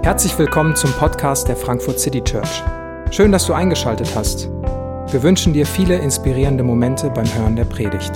Herzlich willkommen zum Podcast der Frankfurt City Church. Schön, dass du eingeschaltet hast. Wir wünschen dir viele inspirierende Momente beim Hören der Predigt.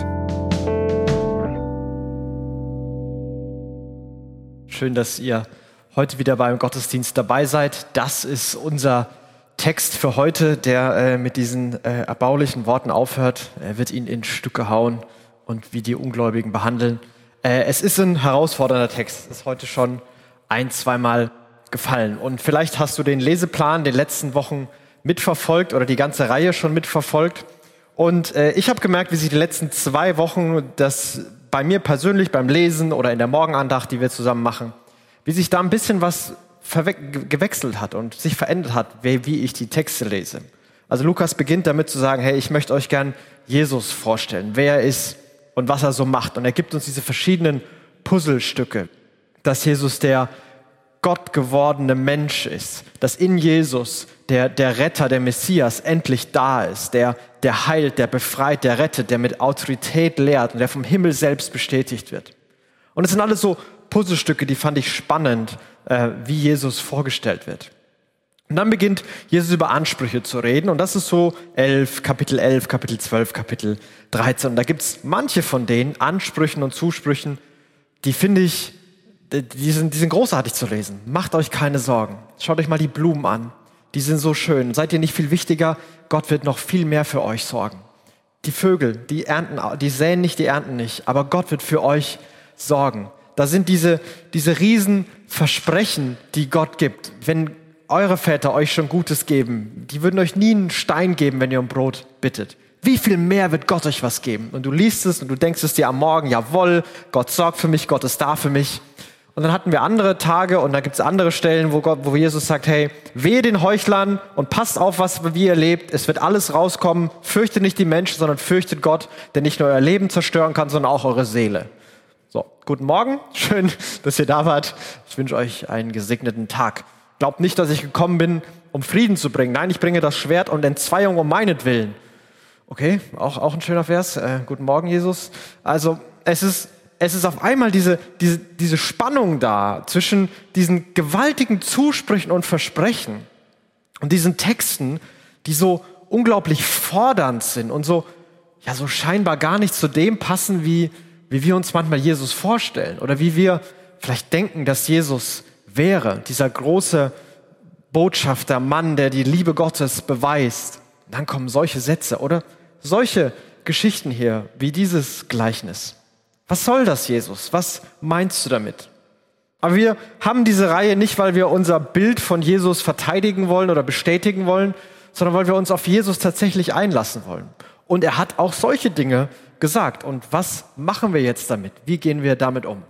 Schön, dass ihr heute wieder beim Gottesdienst dabei seid. Das ist unser Text für heute, der mit diesen erbaulichen Worten aufhört. Er wird ihn in Stücke hauen und wie die Ungläubigen behandeln. Es ist ein herausfordernder Text. Ist heute schon ein-, zweimal gefallen. Und vielleicht hast du den Leseplan den letzten Wochen mitverfolgt oder die ganze Reihe schon mitverfolgt. Und ich habe gemerkt, wie sich die letzten 2 Wochen das bei mir persönlich beim Lesen oder in der Morgenandacht, die wir zusammen machen, wie sich da ein bisschen was gewechselt hat und sich verändert hat, wie ich die Texte lese. Also Lukas beginnt damit zu sagen, hey, ich möchte euch gern Jesus vorstellen, wer er ist und was er so macht. Und er gibt uns diese verschiedenen Puzzlestücke, dass Jesus der Gott gewordene Mensch ist, dass in Jesus der Retter, der Messias endlich da ist, der heilt, der befreit, der rettet, der mit Autorität lehrt und der vom Himmel selbst bestätigt wird. Und es sind alles so Puzzlestücke, die fand ich spannend, wie Jesus vorgestellt wird. Und dann beginnt Jesus über Ansprüche zu reden und das ist so Kapitel 11, Kapitel 12, Kapitel 13. Und da gibt es manche von den Ansprüchen und Zusprüchen, die finde ich, die sind großartig zu lesen. Macht euch keine Sorgen. Schaut euch mal die Blumen an. Die sind so schön. Seid ihr nicht viel wichtiger? Gott wird noch viel mehr für euch sorgen. Die Vögel, die ernten, die säen nicht, die ernten nicht. Aber Gott wird für euch sorgen. Da sind diese riesen Versprechen, die Gott gibt. Wenn eure Väter euch schon Gutes geben, die würden euch nie einen Stein geben, wenn ihr um Brot bittet. Wie viel mehr wird Gott euch was geben? Und du liest es und du denkst es dir am Morgen, jawohl, Gott sorgt für mich, Gott ist da für mich. Und dann hatten wir andere Tage und da gibt es andere Stellen, wo Jesus sagt, hey, wehe den Heuchlern und passt auf, wie ihr lebt. Es wird alles rauskommen. Fürchtet nicht die Menschen, sondern fürchtet Gott, der nicht nur euer Leben zerstören kann, sondern auch eure Seele. So, guten Morgen. Schön, dass ihr da wart. Ich wünsche euch einen gesegneten Tag. Glaubt nicht, dass ich gekommen bin, um Frieden zu bringen. Nein, ich bringe das Schwert und Entzweiung um meinetwillen. Okay, auch ein schöner Vers. Guten Morgen, Jesus. Also, es ist auf einmal diese Spannung da zwischen diesen gewaltigen Zusprüchen und Versprechen und diesen Texten, die so unglaublich fordernd sind und so scheinbar gar nicht zu dem passen, wie wir uns manchmal Jesus vorstellen oder wie wir vielleicht denken, dass Jesus wäre, dieser große Botschafter, Mann, der die Liebe Gottes beweist. Und dann kommen solche Sätze oder solche Geschichten hier, wie dieses Gleichnis. Was soll das, Jesus? Was meinst du damit? Aber wir haben diese Reihe nicht, weil wir unser Bild von Jesus verteidigen wollen oder bestätigen wollen, sondern weil wir uns auf Jesus tatsächlich einlassen wollen. Und er hat auch solche Dinge gesagt. Und was machen wir jetzt damit? Wie gehen wir damit um?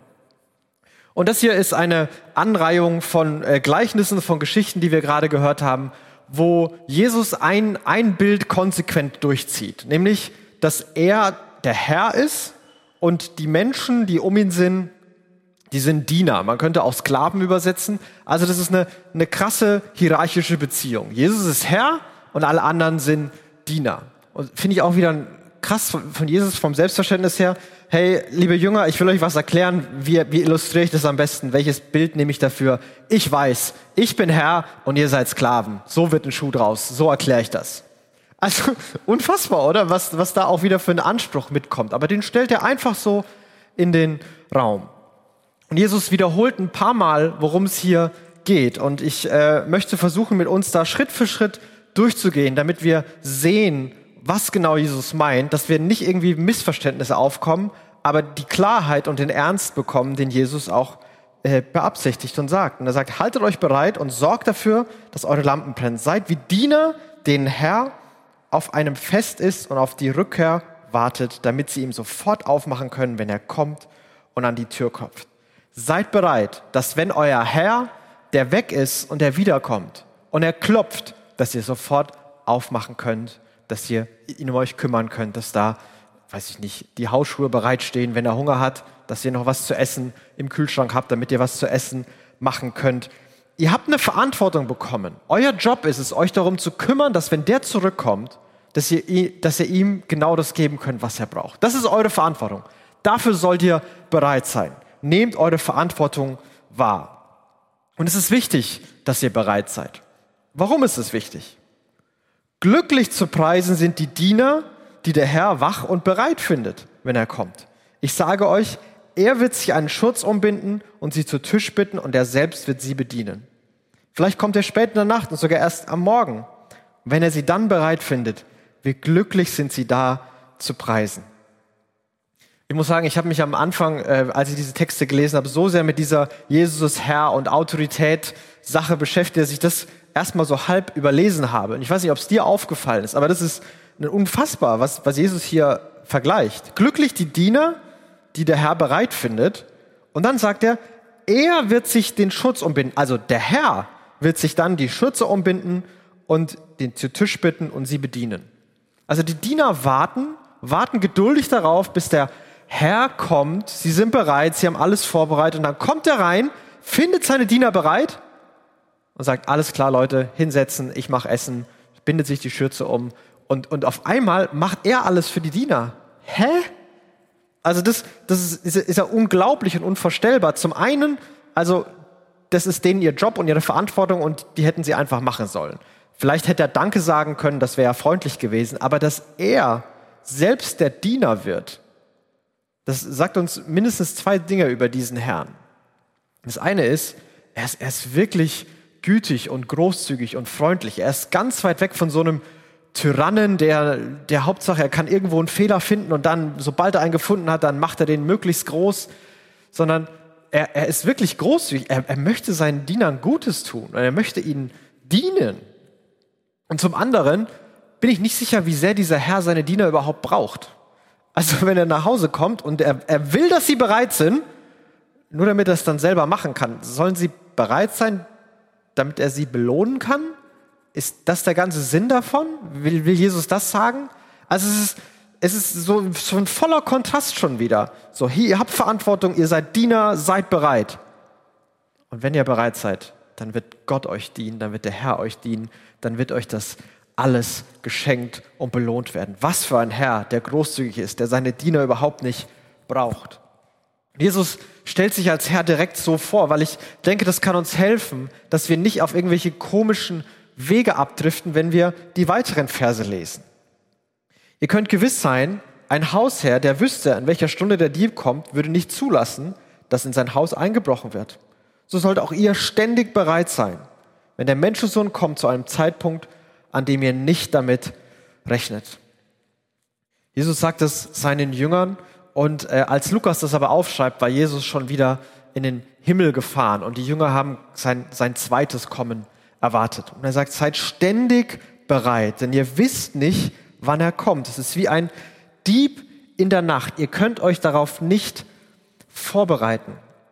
Und das hier ist eine Anreihung von Gleichnissen, von Geschichten, die wir gerade gehört haben, wo Jesus ein Bild konsequent durchzieht. Nämlich, dass er der Herr ist und die Menschen, die um ihn sind, die sind Diener. Man könnte auch Sklaven übersetzen. Also das ist eine krasse hierarchische Beziehung. Jesus ist Herr und alle anderen sind Diener. Und finde ich auch wieder krass von Jesus, vom Selbstverständnis her. Hey, liebe Jünger, ich will euch was erklären. Wie illustriere ich das am besten? Welches Bild nehme ich dafür? Ich weiß, ich bin Herr und ihr seid Sklaven. So wird ein Schuh draus. So erkläre ich das. Also unfassbar, oder? Was da auch wieder für ein Anspruch mitkommt. Aber den stellt er einfach so in den Raum. Und Jesus wiederholt ein paar Mal, worum es hier geht. Und ich möchte versuchen, mit uns da Schritt für Schritt durchzugehen, damit wir sehen, was genau Jesus meint, dass wir nicht irgendwie Missverständnisse aufkommen, aber die Klarheit und den Ernst bekommen, den Jesus auch beabsichtigt und sagt. Und er sagt, haltet euch bereit und sorgt dafür, dass eure Lampen brennen. Seid wie Diener, denen Herr auf einem Fest ist und auf die Rückkehr wartet, damit sie ihm sofort aufmachen können, wenn er kommt und an die Tür klopft. Seid bereit, dass wenn euer Herr, der weg ist und der wiederkommt und er klopft, dass ihr sofort aufmachen könnt, dass ihr ihn um euch kümmern könnt, dass da, weiß ich nicht, die Hausschuhe bereitstehen, wenn er Hunger hat, dass ihr noch was zu essen im Kühlschrank habt, damit ihr was zu essen machen könnt. Ihr habt eine Verantwortung bekommen. Euer Job ist es, euch darum zu kümmern, dass wenn der zurückkommt, dass ihr ihm genau das geben könnt, was er braucht. Das ist eure Verantwortung. Dafür sollt ihr bereit sein. Nehmt eure Verantwortung wahr. Und es ist wichtig, dass ihr bereit seid. Warum ist es wichtig? Glücklich zu preisen sind die Diener, die der Herr wach und bereit findet, wenn er kommt. Ich sage euch, er wird sich einen Schurz umbinden und sie zu Tisch bitten und er selbst wird sie bedienen. Vielleicht kommt er spät in der Nacht und sogar erst am Morgen. Und wenn er sie dann bereit findet, wie glücklich sind sie da zu preisen. Ich muss sagen, ich habe mich am Anfang, als ich diese Texte gelesen habe, so sehr mit dieser Jesus Herr und Autorität Sache beschäftigt, dass ich das erstmal so halb überlesen habe. Und ich weiß nicht, ob es dir aufgefallen ist, aber das ist unfassbar, was Jesus hier vergleicht. Glücklich die Diener, die der Herr bereit findet. Und dann sagt er wird sich den Schurz umbinden. Also der Herr wird sich dann die Schürze umbinden und den zu Tisch bitten und sie bedienen. Also die Diener warten geduldig darauf, bis der Herr kommt. Sie sind bereit, sie haben alles vorbereitet. Und dann kommt er rein, findet seine Diener bereit und sagt, alles klar, Leute, hinsetzen, ich mache Essen, bindet sich die Schürze um. Und auf einmal macht er alles für die Diener. Hä? Also das ist ja unglaublich und unvorstellbar. Zum einen, also das ist denen ihr Job und ihre Verantwortung und die hätten sie einfach machen sollen. Vielleicht hätte er Danke sagen können, das wäre ja freundlich gewesen. Aber dass er selbst der Diener wird, das sagt uns mindestens 2 Dinge über diesen Herrn. Das eine ist, er ist wirklich gütig und großzügig und freundlich. Er ist ganz weit weg von so einem Tyrannen, der Hauptsache, er kann irgendwo einen Fehler finden und dann, sobald er einen gefunden hat, dann macht er den möglichst groß. Sondern er ist wirklich großzügig. Er möchte seinen Dienern Gutes tun und er möchte ihnen dienen. Und zum anderen bin ich nicht sicher, wie sehr dieser Herr seine Diener überhaupt braucht. Also wenn er nach Hause kommt und er will, dass sie bereit sind, nur damit er es dann selber machen kann. Sollen sie bereit sein, damit er sie belohnen kann? Ist das der ganze Sinn davon? Will Jesus das sagen? Also es ist so ein voller Kontrast schon wieder. So, hier, ihr habt Verantwortung, ihr seid Diener, seid bereit. Und wenn ihr bereit seid, dann wird Gott euch dienen, dann wird der Herr euch dienen, dann wird euch das alles geschenkt und belohnt werden. Was für ein Herr, der großzügig ist, der seine Diener überhaupt nicht braucht. Jesus stellt sich als Herr direkt so vor, weil ich denke, das kann uns helfen, dass wir nicht auf irgendwelche komischen Wege abdriften, wenn wir die weiteren Verse lesen. Ihr könnt gewiss sein, ein Hausherr, der wüsste, an welcher Stunde der Dieb kommt, würde nicht zulassen, dass in sein Haus eingebrochen wird. So sollt auch ihr ständig bereit sein, wenn der Menschensohn kommt zu einem Zeitpunkt, an dem ihr nicht damit rechnet. Jesus sagt es seinen Jüngern und als Lukas das aber aufschreibt, war Jesus schon wieder in den Himmel gefahren und die Jünger haben sein zweites Kommen erwartet. Und er sagt, seid ständig bereit, denn ihr wisst nicht, wann er kommt. Es ist wie ein Dieb in der Nacht. Ihr könnt euch darauf nicht vorbereiten.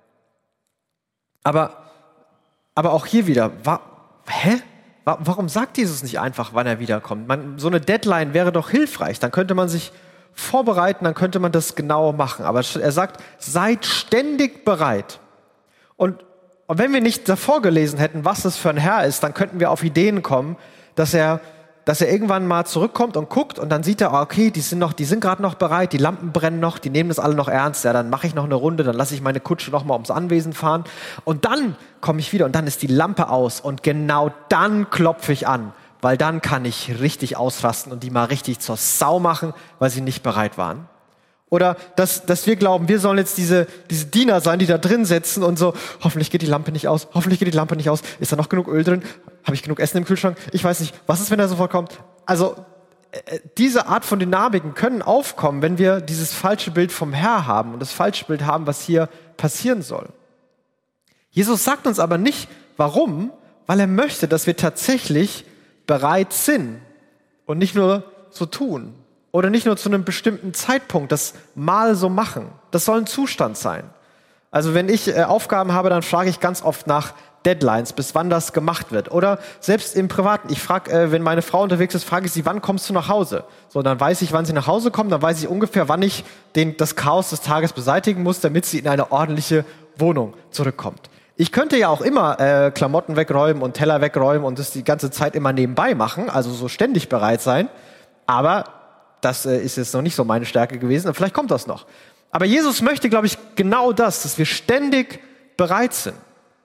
Aber auch hier wieder, warum sagt Jesus nicht einfach, wann er wiederkommt? So eine Deadline wäre doch hilfreich. Dann könnte man sich vorbereiten, dann könnte man das genau machen. Aber er sagt, seid ständig bereit. Und wenn wir nicht davor gelesen hätten, was das für ein Herr ist, dann könnten wir auf Ideen kommen, dass er irgendwann mal zurückkommt und guckt und dann sieht er, okay, die sind gerade noch bereit, die Lampen brennen noch, die nehmen das alle noch ernst, ja, dann mache ich noch eine Runde, dann lasse ich meine Kutsche noch mal ums Anwesen fahren und dann komme ich wieder und dann ist die Lampe aus und genau dann klopfe ich an, weil dann kann ich richtig ausrasten und die mal richtig zur Sau machen, weil sie nicht bereit waren. Oder dass wir glauben, wir sollen jetzt diese Diener sein, die da drin sitzen und so, hoffentlich geht die Lampe nicht aus, ist da noch genug Öl drin, habe ich genug Essen im Kühlschrank, ich weiß nicht, was ist, wenn er sofort kommt? Also diese Art von Dynamiken können aufkommen, wenn wir dieses falsche Bild vom Herr haben und das falsche Bild haben, was hier passieren soll. Jesus sagt uns aber nicht, warum, weil er möchte, dass wir tatsächlich bereit sind und nicht nur so tun. Oder nicht nur zu einem bestimmten Zeitpunkt das mal so machen. Das soll ein Zustand sein. Also wenn ich Aufgaben habe, dann frage ich ganz oft nach Deadlines, bis wann das gemacht wird. Oder selbst im Privaten. Ich frage, wenn meine Frau unterwegs ist, frage ich sie, wann kommst du nach Hause? So, dann weiß ich, wann sie nach Hause kommt, dann weiß ich ungefähr, wann ich das Chaos des Tages beseitigen muss, damit sie in eine ordentliche Wohnung zurückkommt. Ich könnte ja auch immer Klamotten wegräumen und Teller wegräumen und das die ganze Zeit immer nebenbei machen, also so ständig bereit sein. Aber das ist jetzt noch nicht so meine Stärke gewesen und vielleicht kommt das noch. Aber Jesus möchte, glaube ich, genau das, dass wir ständig bereit sind.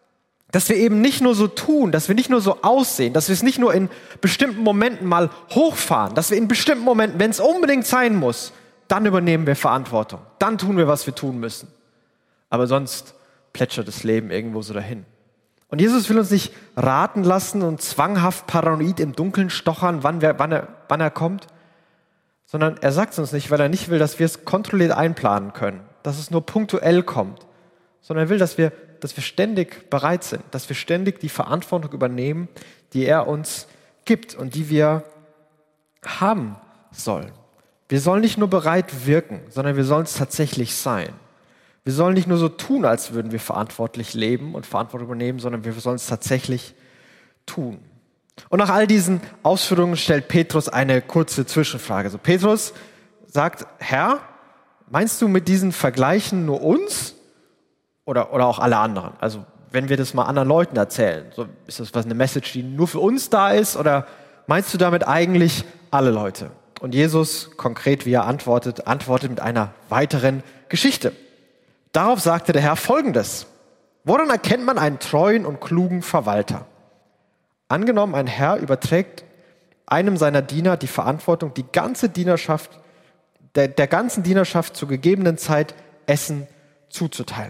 Dass wir eben nicht nur so tun, dass wir nicht nur so aussehen, dass wir es nicht nur in bestimmten Momenten mal hochfahren, dass wir in bestimmten Momenten, wenn es unbedingt sein muss, dann übernehmen wir Verantwortung. Dann tun wir, was wir tun müssen. Aber sonst plätschert das Leben irgendwo so dahin. Und Jesus will uns nicht raten lassen und zwanghaft paranoid im Dunkeln stochern, wann er kommt, sondern er sagt es uns nicht, weil er nicht will, dass wir es kontrolliert einplanen können, dass es nur punktuell kommt, sondern er will, dass wir ständig bereit sind, dass wir ständig die Verantwortung übernehmen, die er uns gibt und die wir haben sollen. Wir sollen nicht nur bereit wirken, sondern wir sollen es tatsächlich sein. Wir sollen nicht nur so tun, als würden wir verantwortlich leben und Verantwortung übernehmen, sondern wir sollen es tatsächlich tun. Und nach all diesen Ausführungen stellt Petrus eine kurze Zwischenfrage. So, Petrus sagt, Herr, meinst du mit diesen Vergleichen nur uns oder auch alle anderen? Also wenn wir das mal anderen Leuten erzählen, so, ist das eine Message, die nur für uns da ist, oder meinst du damit eigentlich alle Leute? Und Jesus, konkret wie er antwortet mit einer weiteren Geschichte. Darauf sagte der Herr Folgendes: Woran erkennt man einen treuen und klugen Verwalter? Angenommen, ein Herr überträgt einem seiner Diener die Verantwortung, die ganze Dienerschaft, der ganzen Dienerschaft zur gegebenen Zeit Essen zuzuteilen.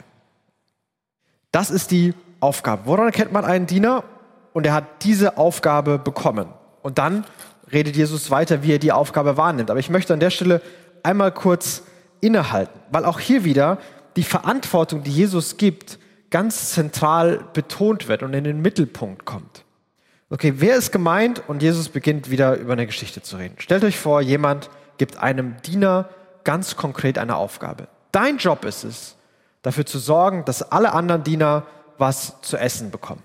Das ist die Aufgabe. Woran erkennt man einen Diener? Und er hat diese Aufgabe bekommen. Und dann redet Jesus weiter, wie er die Aufgabe wahrnimmt. Aber ich möchte an der Stelle einmal kurz innehalten, weil auch hier wieder die Verantwortung, die Jesus gibt, ganz zentral betont wird und in den Mittelpunkt kommt. Okay, wer ist gemeint? Und Jesus beginnt wieder über eine Geschichte zu reden. Stellt euch vor, jemand gibt einem Diener ganz konkret eine Aufgabe. Dein Job ist es, dafür zu sorgen, dass alle anderen Diener was zu essen bekommen.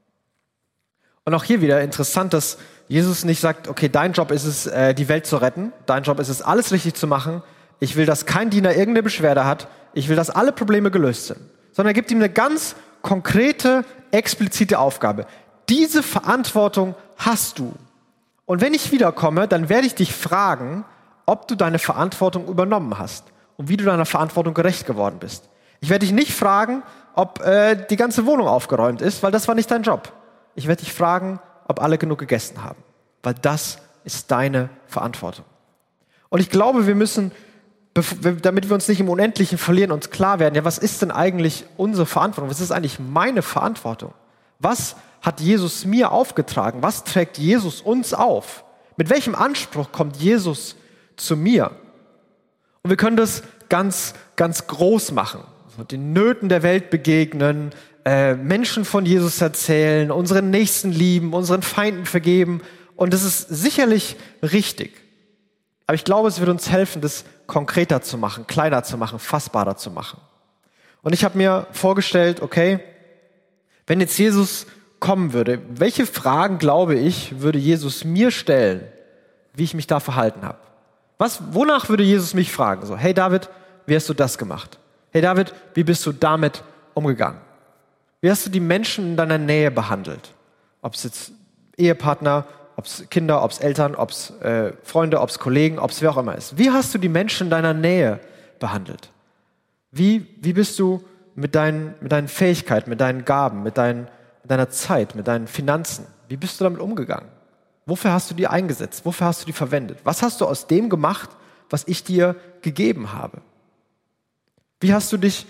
Und auch hier wieder interessant, dass Jesus nicht sagt, okay, dein Job ist es, die Welt zu retten. Dein Job ist es, alles richtig zu machen. Ich will, dass kein Diener irgendeine Beschwerde hat. Ich will, dass alle Probleme gelöst sind. Sondern er gibt ihm eine ganz konkrete, explizite Aufgabe. Diese Verantwortung hast du. Und wenn ich wiederkomme, dann werde ich dich fragen, ob du deine Verantwortung übernommen hast und wie du deiner Verantwortung gerecht geworden bist. Ich werde dich nicht fragen, ob die ganze Wohnung aufgeräumt ist, weil das war nicht dein Job. Ich werde dich fragen, ob alle genug gegessen haben, weil das ist deine Verantwortung. Und ich glaube, wir müssen, damit wir uns nicht im Unendlichen verlieren, uns klar werden, ja, was ist denn eigentlich unsere Verantwortung? Was ist eigentlich meine Verantwortung? Was hat Jesus mir aufgetragen? Was trägt Jesus uns auf? Mit welchem Anspruch kommt Jesus zu mir? Und wir können das ganz, ganz groß machen. Den Nöten der Welt begegnen, Menschen von Jesus erzählen, unseren Nächsten lieben, unseren Feinden vergeben. Und das ist sicherlich richtig. Aber ich glaube, es wird uns helfen, das konkreter zu machen, kleiner zu machen, fassbarer zu machen. Und ich habe mir vorgestellt, okay, wenn jetzt Jesus kommen würde, welche Fragen, glaube ich, würde Jesus mir stellen, wie ich mich da verhalten habe? Wonach würde Jesus mich fragen? So, hey David, wie hast du das gemacht? Hey David, wie bist du damit umgegangen? Wie hast du die Menschen in deiner Nähe behandelt? Ob es jetzt Ehepartner, ob es Kinder, ob es Eltern, ob es Freunde, ob es Kollegen, ob es wer auch immer ist. Wie hast du die Menschen in deiner Nähe behandelt? Wie bist du mit deinen Fähigkeiten, mit deinen Gaben, mit deiner Zeit, mit deinen Finanzen, wie bist du damit umgegangen? Wofür hast du die eingesetzt? Wofür hast du die verwendet? Was hast du aus dem gemacht, was ich dir gegeben habe? Wie hast du dich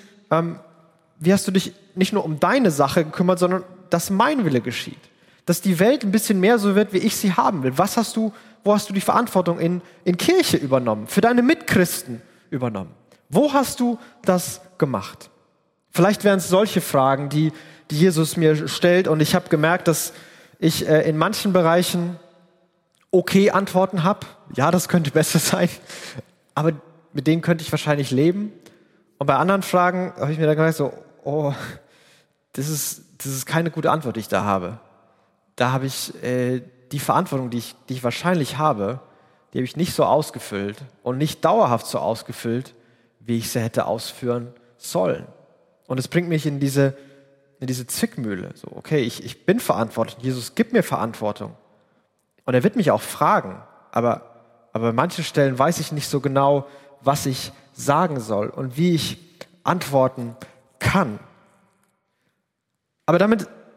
nicht nur um deine Sache gekümmert, sondern dass mein Wille geschieht? Dass die Welt ein bisschen mehr so wird, wie ich sie haben will. Wo hast du die Verantwortung in Kirche übernommen? Für deine Mitchristen übernommen? Wo hast du das gemacht? Vielleicht wären es solche Fragen, die Jesus mir stellt. Und ich habe gemerkt, dass ich in manchen Bereichen okay Antworten habe. Ja, das könnte besser sein. Aber mit denen könnte ich wahrscheinlich leben. Und bei anderen Fragen habe ich mir dann gedacht, so, oh, das ist keine gute Antwort, die ich da habe. Da habe ich die Verantwortung, die ich wahrscheinlich habe, die habe ich nicht so ausgefüllt und nicht dauerhaft so ausgefüllt, wie ich sie hätte ausführen sollen. Und es bringt mich in diese Zwickmühle. So, okay, ich bin verantwortlich. Jesus gibt mir Verantwortung. Und er wird mich auch fragen. Aber an manchen Stellen weiß ich nicht so genau, was ich sagen soll und wie ich antworten kann. Aber damit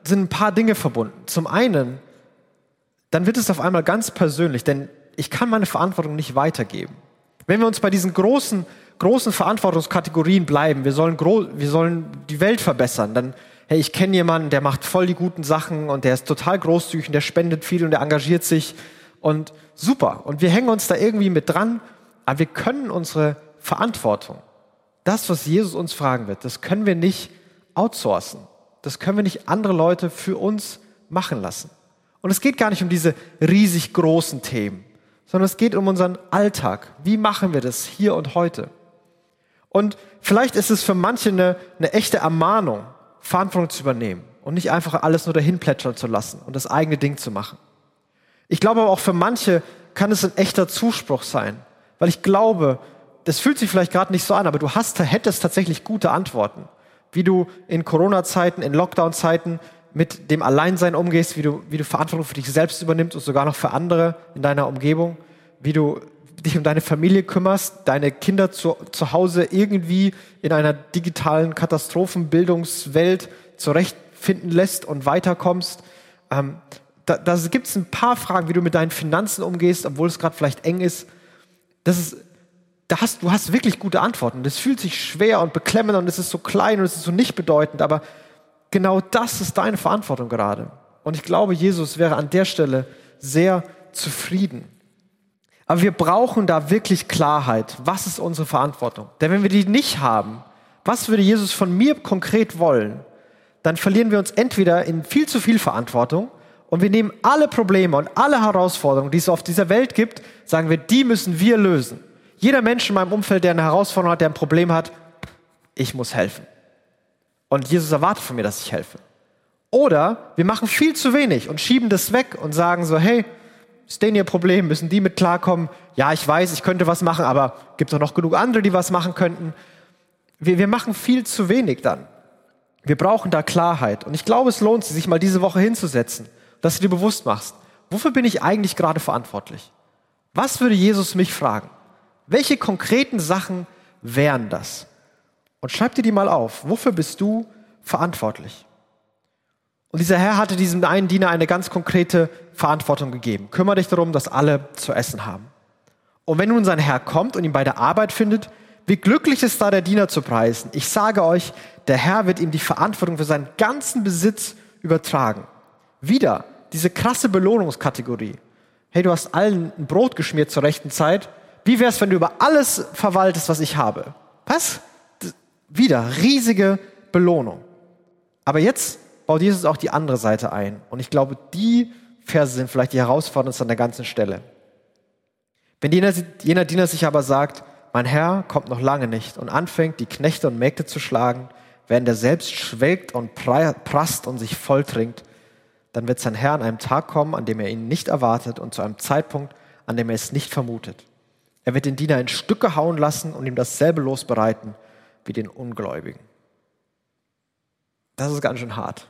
sind ein paar Dinge verbunden. Zum einen, dann wird es auf einmal ganz persönlich, denn ich kann meine Verantwortung nicht weitergeben. Wenn wir uns bei diesen großen Verantwortungskategorien bleiben, wir sollen die Welt verbessern, dann, hey, ich kenne jemanden, der macht voll die guten Sachen und der ist total großzügig und der spendet viel und der engagiert sich und super. Und wir hängen uns da irgendwie mit dran, aber wir können unsere Verantwortung, das, was Jesus uns fragen wird, das können wir nicht outsourcen. Das können wir nicht andere Leute für uns machen lassen. Und es geht gar nicht um diese riesig großen Themen, sondern es geht um unseren Alltag. Wie machen wir das hier und heute? Und vielleicht ist es für manche eine echte Ermahnung, Verantwortung zu übernehmen und nicht einfach alles nur dahin plätschern zu lassen und das eigene Ding zu machen. Ich glaube aber auch für manche kann es ein echter Zuspruch sein, weil ich glaube, das fühlt sich vielleicht gerade nicht so an, aber du hättest tatsächlich gute Antworten, wie du in Corona-Zeiten, in Lockdown-Zeiten mit dem Alleinsein umgehst, wie du Verantwortung für dich selbst übernimmst und sogar noch für andere in deiner Umgebung, wie du dich um deine Familie kümmerst, deine Kinder zu Hause irgendwie in einer digitalen Katastrophenbildungswelt zurechtfinden lässt und weiterkommst. Da gibt es ein paar Fragen, wie du mit deinen Finanzen umgehst, obwohl es gerade vielleicht eng ist. Du hast wirklich gute Antworten. Das fühlt sich schwer und beklemmend und es ist so klein und es ist so nicht bedeutend, aber genau das ist deine Verantwortung gerade. Und ich glaube, Jesus wäre an der Stelle sehr zufrieden. Aber wir brauchen da wirklich Klarheit. Was ist unsere Verantwortung? Denn wenn wir die nicht haben, was würde Jesus von mir konkret wollen? Dann verlieren wir uns entweder in viel zu viel Verantwortung und wir nehmen alle Probleme und alle Herausforderungen, die es auf dieser Welt gibt, sagen wir, die müssen wir lösen. Jeder Mensch in meinem Umfeld, der eine Herausforderung hat, der ein Problem hat, ich muss helfen. Und Jesus erwartet von mir, dass ich helfe. Oder wir machen viel zu wenig und schieben das weg und sagen so, hey, ist denen ihr Problem, müssen die mit klarkommen? Ja, ich weiß, ich könnte was machen, aber gibt es auch noch genug andere, die was machen könnten? Wir machen viel zu wenig dann. Wir brauchen da Klarheit. Und ich glaube, es lohnt sich, sich mal diese Woche hinzusetzen, dass du dir bewusst machst, wofür bin ich eigentlich gerade verantwortlich? Was würde Jesus mich fragen? Welche konkreten Sachen wären das? Und schreib dir die mal auf. Wofür bist du verantwortlich? Und dieser Herr hatte diesem einen Diener eine ganz konkrete Verantwortung gegeben. Kümmere dich darum, dass alle zu essen haben. Und wenn nun sein Herr kommt und ihn bei der Arbeit findet, wie glücklich ist da der Diener zu preisen. Ich sage euch, der Herr wird ihm die Verantwortung für seinen ganzen Besitz übertragen. Wieder diese krasse Belohnungskategorie. Hey, du hast allen ein Brot geschmiert zur rechten Zeit. Wie wär's, wenn du über alles verwaltest, was ich habe? Was? Wieder riesige Belohnung. Aber jetzt baut Jesus auch die andere Seite ein. Und ich glaube, die Verse sind vielleicht die herausforderndsten an der ganzen Stelle. Wenn jener Diener sich aber sagt, mein Herr kommt noch lange nicht und anfängt, die Knechte und Mägde zu schlagen, während er selbst schwelgt und prasst und sich volltrinkt, dann wird sein Herr an einem Tag kommen, an dem er ihn nicht erwartet und zu einem Zeitpunkt, an dem er es nicht vermutet. Er wird den Diener in Stücke hauen lassen und ihm dasselbe Los bereiten wie den Ungläubigen. Das ist ganz schön hart.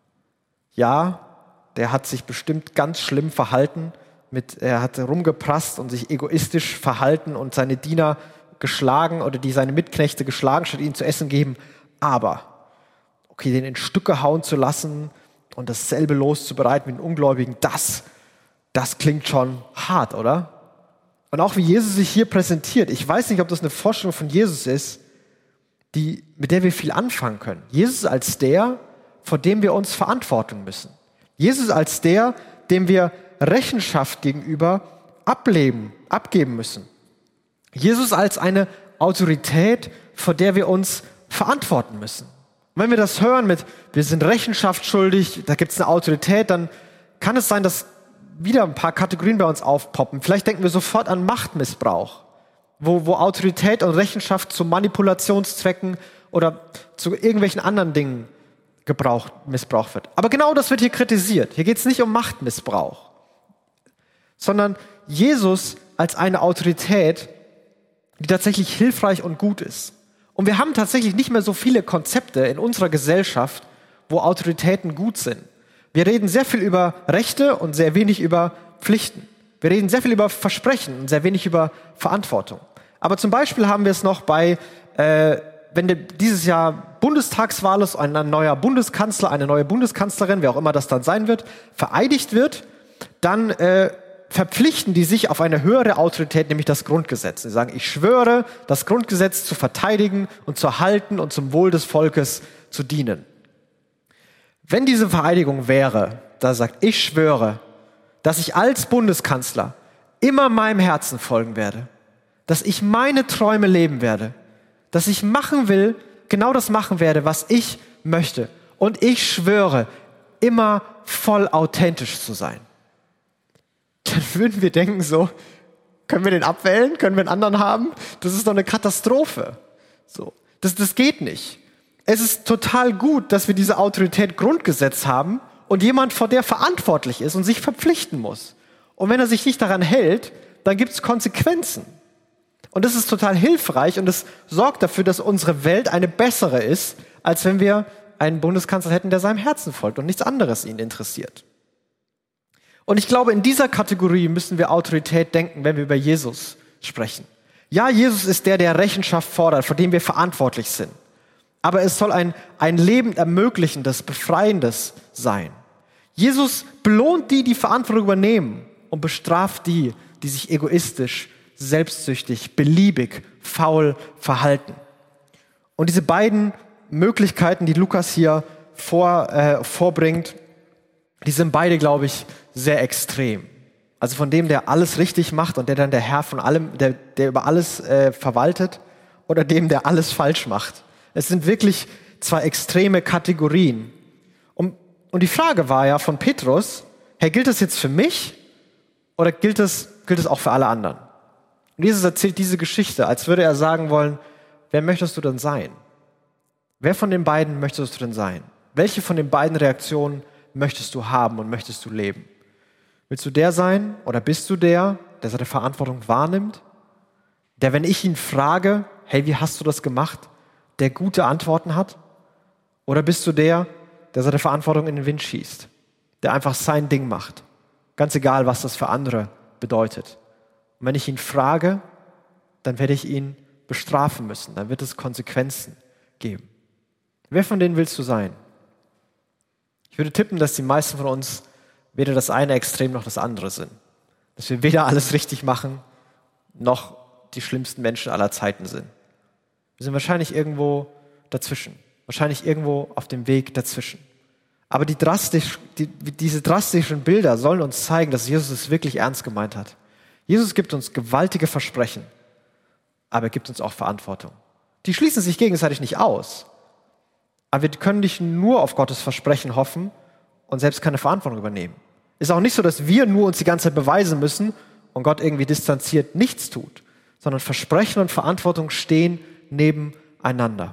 Ja, der hat sich bestimmt ganz schlimm verhalten. Er hat rumgeprasst und sich egoistisch verhalten und seine Diener geschlagen oder seine Mitknechte geschlagen, statt ihnen zu essen geben. Aber, okay, den in Stücke hauen zu lassen und dasselbe Los zu bereiten wie den Ungläubigen, das klingt schon hart, oder? Und auch wie Jesus sich hier präsentiert. Ich weiß nicht, ob das eine Vorstellung von Jesus ist, mit der wir viel anfangen können. Jesus als der, vor dem wir uns verantworten müssen. Jesus als der, dem wir Rechenschaft gegenüber abgeben müssen. Jesus als eine Autorität, vor der wir uns verantworten müssen. Und wenn wir das hören wir sind Rechenschaft schuldig, da gibt es eine Autorität, dann kann es sein, dass wieder ein paar Kategorien bei uns aufpoppen. Vielleicht denken wir sofort an Machtmissbrauch, wo Autorität und Rechenschaft zu Manipulationszwecken oder zu irgendwelchen anderen Dingen missbraucht wird. Aber genau das wird hier kritisiert. Hier geht es nicht um Machtmissbrauch, sondern Jesus als eine Autorität, die tatsächlich hilfreich und gut ist. Und wir haben tatsächlich nicht mehr so viele Konzepte in unserer Gesellschaft, wo Autoritäten gut sind. Wir reden sehr viel über Rechte und sehr wenig über Pflichten. Wir reden sehr viel über Versprechen und sehr wenig über Verantwortung. Aber zum Beispiel haben wir es noch bei wenn dieses Jahr Bundestagswahl ist, ein neuer Bundeskanzler, eine neue Bundeskanzlerin, wer auch immer das dann sein wird, vereidigt wird, dann verpflichten die sich auf eine höhere Autorität, nämlich das Grundgesetz. Sie sagen, ich schwöre, das Grundgesetz zu verteidigen und zu halten und zum Wohl des Volkes zu dienen. Wenn diese Vereidigung wäre, da sagt, ich schwöre, dass ich als Bundeskanzler immer meinem Herzen folgen werde, dass ich meine Träume leben werde, dass ich machen will, genau das machen werde, was ich möchte. Und ich schwöre, immer voll authentisch zu sein. Dann würden wir denken so, können wir den abwählen? Können wir einen anderen haben? Das ist doch eine Katastrophe. So, das geht nicht. Es ist total gut, dass wir diese Autorität Grundgesetz haben und jemand vor der verantwortlich ist und sich verpflichten muss. Und wenn er sich nicht daran hält, dann gibt es Konsequenzen. Und das ist total hilfreich und es sorgt dafür, dass unsere Welt eine bessere ist, als wenn wir einen Bundeskanzler hätten, der seinem Herzen folgt und nichts anderes ihn interessiert. Und ich glaube, in dieser Kategorie müssen wir Autorität denken, wenn wir über Jesus sprechen. Ja, Jesus ist der, der Rechenschaft fordert, vor dem wir verantwortlich sind. Aber es soll ein Leben ermöglichendes, befreiendes sein. Jesus belohnt die Verantwortung übernehmen und bestraft die sich egoistisch, selbstsüchtig, beliebig, faul verhalten. Und diese beiden Möglichkeiten, die Lukas hier vorbringt, die sind beide, glaube ich, sehr extrem. Also von dem, der alles richtig macht und der dann der Herr von allem, der über alles verwaltet, oder dem, der alles falsch macht. Es sind wirklich zwei extreme Kategorien. Und die Frage war ja von Petrus, hey, gilt das jetzt für mich oder gilt das auch für alle anderen? Und Jesus erzählt diese Geschichte, als würde er sagen wollen, wer möchtest du denn sein? Wer von den beiden möchtest du denn sein? Welche von den beiden Reaktionen möchtest du haben und möchtest du leben? Willst du der sein oder bist du der seine Verantwortung wahrnimmt? Der, wenn ich ihn frage, hey, wie hast du das gemacht, der gute Antworten hat? Oder bist du der seine Verantwortung in den Wind schießt, der einfach sein Ding macht? Ganz egal, was das für andere bedeutet. Und wenn ich ihn frage, dann werde ich ihn bestrafen müssen. Dann wird es Konsequenzen geben. Wer von denen willst du sein? Ich würde tippen, dass die meisten von uns weder das eine Extrem noch das andere sind. Dass wir weder alles richtig machen, noch die schlimmsten Menschen aller Zeiten sind. Wir sind wahrscheinlich irgendwo dazwischen. Wahrscheinlich irgendwo auf dem Weg dazwischen. Aber diese drastischen Bilder sollen uns zeigen, dass Jesus es wirklich ernst gemeint hat. Jesus gibt uns gewaltige Versprechen, aber er gibt uns auch Verantwortung. Die schließen sich gegenseitig nicht aus. Aber wir können nicht nur auf Gottes Versprechen hoffen und selbst keine Verantwortung übernehmen. Ist auch nicht so, dass wir nur uns die ganze Zeit beweisen müssen und Gott irgendwie distanziert nichts tut, sondern Versprechen und Verantwortung stehen nebeneinander.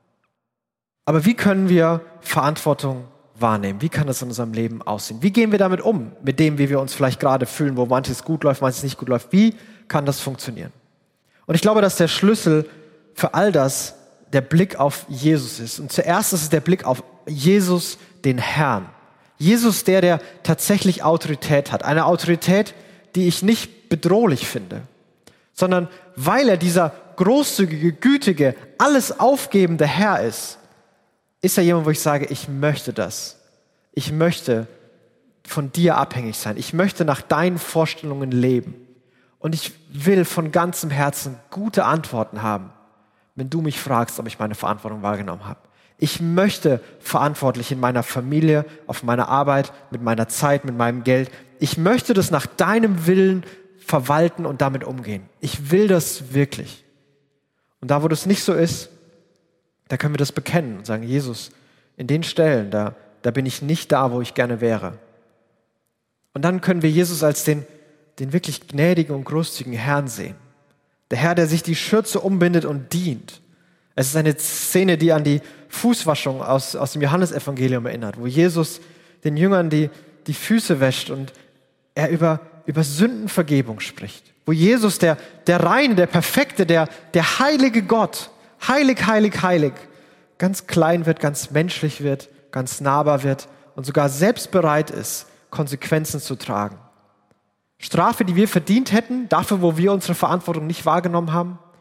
Aber wie können wir Verantwortung wahrnehmen? Wie kann das in unserem Leben aussehen? Wie gehen wir damit um, mit dem, wie wir uns vielleicht gerade fühlen, wo manches gut läuft, manches nicht gut läuft? Wie kann das funktionieren? Und ich glaube, dass der Schlüssel für all das der Blick auf Jesus ist. Und zuerst ist es der Blick auf Jesus, den Herrn. Jesus, der tatsächlich Autorität hat. Eine Autorität, die ich nicht bedrohlich finde, sondern weil er dieser großzügige, gütige, alles aufgebende Herr ist er jemand, wo ich sage, ich möchte das. Ich möchte von dir abhängig sein. Ich möchte nach deinen Vorstellungen leben. Und ich will von ganzem Herzen gute Antworten haben, wenn du mich fragst, ob ich meine Verantwortung wahrgenommen habe. Ich möchte verantwortlich in meiner Familie, auf meiner Arbeit, mit meiner Zeit, mit meinem Geld. Ich möchte das nach deinem Willen verwalten und damit umgehen. Ich will das wirklich. Und da, wo das nicht so ist, da können wir das bekennen und sagen, Jesus, in den Stellen, da bin ich nicht da, wo ich gerne wäre. Und dann können wir Jesus als den wirklich gnädigen und großzügigen Herrn sehen. Der Herr, der sich die Schürze umbindet und dient. Es ist eine Szene, die an die Fußwaschung aus dem Johannesevangelium erinnert, wo Jesus den Jüngern die Füße wäscht und er über Sündenvergebung spricht. Wo Jesus, der Reine, der Perfekte, der heilige Gott, heilig, heilig, heilig, ganz klein wird, ganz menschlich wird, ganz nahbar wird und sogar selbst bereit ist, Konsequenzen zu tragen. Strafe, die wir verdient hätten, dafür, wo wir unsere Verantwortung nicht wahrgenommen haben.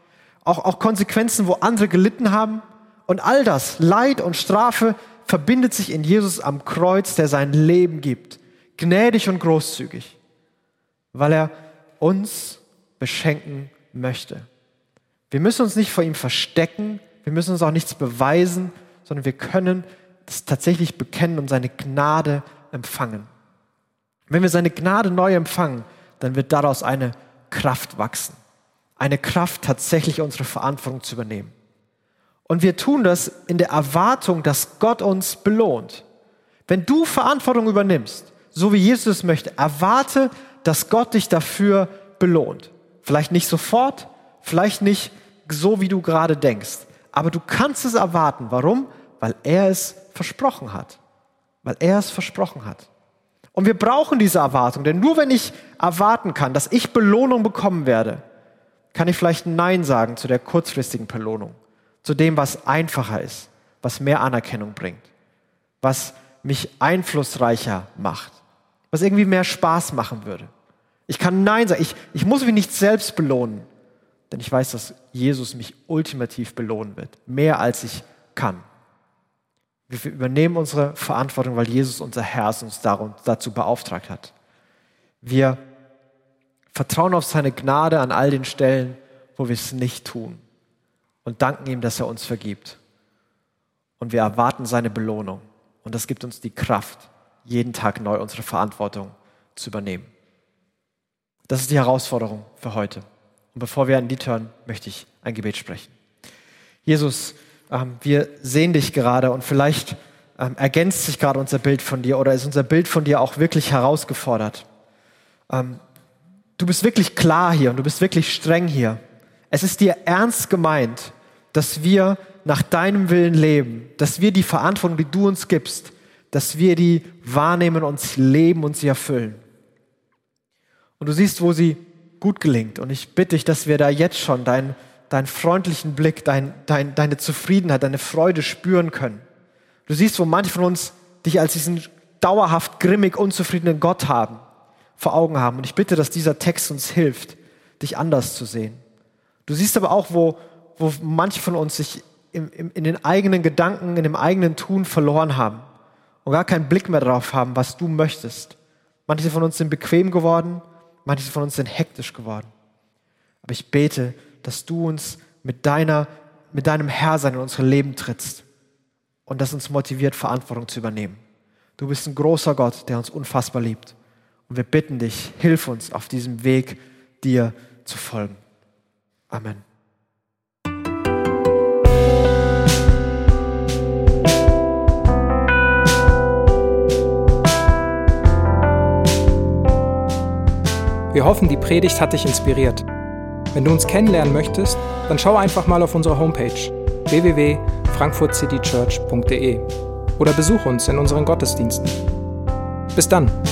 auch Konsequenzen, wo andere gelitten haben. Und all das, Leid und Strafe, verbindet sich in Jesus am Kreuz, der sein Leben gibt. Gnädig und großzügig, weil er uns beschenken möchte. Wir müssen uns nicht vor ihm verstecken, wir müssen uns auch nichts beweisen, sondern wir können das tatsächlich bekennen und seine Gnade empfangen. Wenn wir seine Gnade neu empfangen, dann wird daraus eine Kraft wachsen. Eine Kraft, tatsächlich unsere Verantwortung zu übernehmen. Und wir tun das in der Erwartung, dass Gott uns belohnt. Wenn du Verantwortung übernimmst, so wie Jesus es möchte, erwarte, dass Gott dich dafür belohnt. Vielleicht nicht sofort, vielleicht nicht so, wie du gerade denkst. Aber du kannst es erwarten. Warum? Weil er es versprochen hat. Weil er es versprochen hat. Und wir brauchen diese Erwartung, denn nur wenn ich erwarten kann, dass ich Belohnung bekommen werde, kann ich vielleicht Nein sagen zu der kurzfristigen Belohnung, zu dem, was einfacher ist, was mehr Anerkennung bringt, was mich einflussreicher macht, was irgendwie mehr Spaß machen würde. Ich kann Nein sagen, ich muss mich nicht selbst belohnen, denn ich weiß, dass Jesus mich ultimativ belohnen wird, mehr als ich kann. Wir übernehmen unsere Verantwortung, weil Jesus unser Herr uns dazu beauftragt hat. Wir vertrauen auf seine Gnade an all den Stellen, wo wir es nicht tun und danken ihm, dass er uns vergibt. Und wir erwarten seine Belohnung. Und das gibt uns die Kraft, jeden Tag neu unsere Verantwortung zu übernehmen. Das ist die Herausforderung für heute. Und bevor wir an die hören, möchte ich ein Gebet sprechen. Jesus, wir sehen dich gerade und vielleicht ergänzt sich gerade unser Bild von dir oder ist unser Bild von dir auch wirklich herausgefordert. Du bist wirklich klar hier und du bist wirklich streng hier. Es ist dir ernst gemeint, dass wir nach deinem Willen leben, dass wir die Verantwortung, die du uns gibst, dass wir die wahrnehmen und sie leben und sie erfüllen. Und du siehst, wo sie gut gelingt. Und ich bitte dich, dass wir da jetzt schon deinen freundlichen Blick, deine Zufriedenheit, deine Freude spüren können. Du siehst, wo manche von uns dich als diesen dauerhaft grimmig, unzufriedenen Gott vor Augen haben. Und ich bitte, dass dieser Text uns hilft, dich anders zu sehen. Du siehst aber auch, wo manche von uns sich in den eigenen Gedanken, in dem eigenen Tun verloren haben und gar keinen Blick mehr darauf haben, was du möchtest. Manche von uns sind bequem geworden, manche von uns sind hektisch geworden. Aber ich bete, dass du uns mit deinem Herrsein in unser Leben trittst und das uns motiviert, Verantwortung zu übernehmen. Du bist ein großer Gott, der uns unfassbar liebt. Und wir bitten dich, hilf uns auf diesem Weg, dir zu folgen. Amen. Wir hoffen, die Predigt hat dich inspiriert. Wenn du uns kennenlernen möchtest, dann schau einfach mal auf unsere Homepage www.frankfurtcitychurch.de oder besuch uns in unseren Gottesdiensten. Bis dann!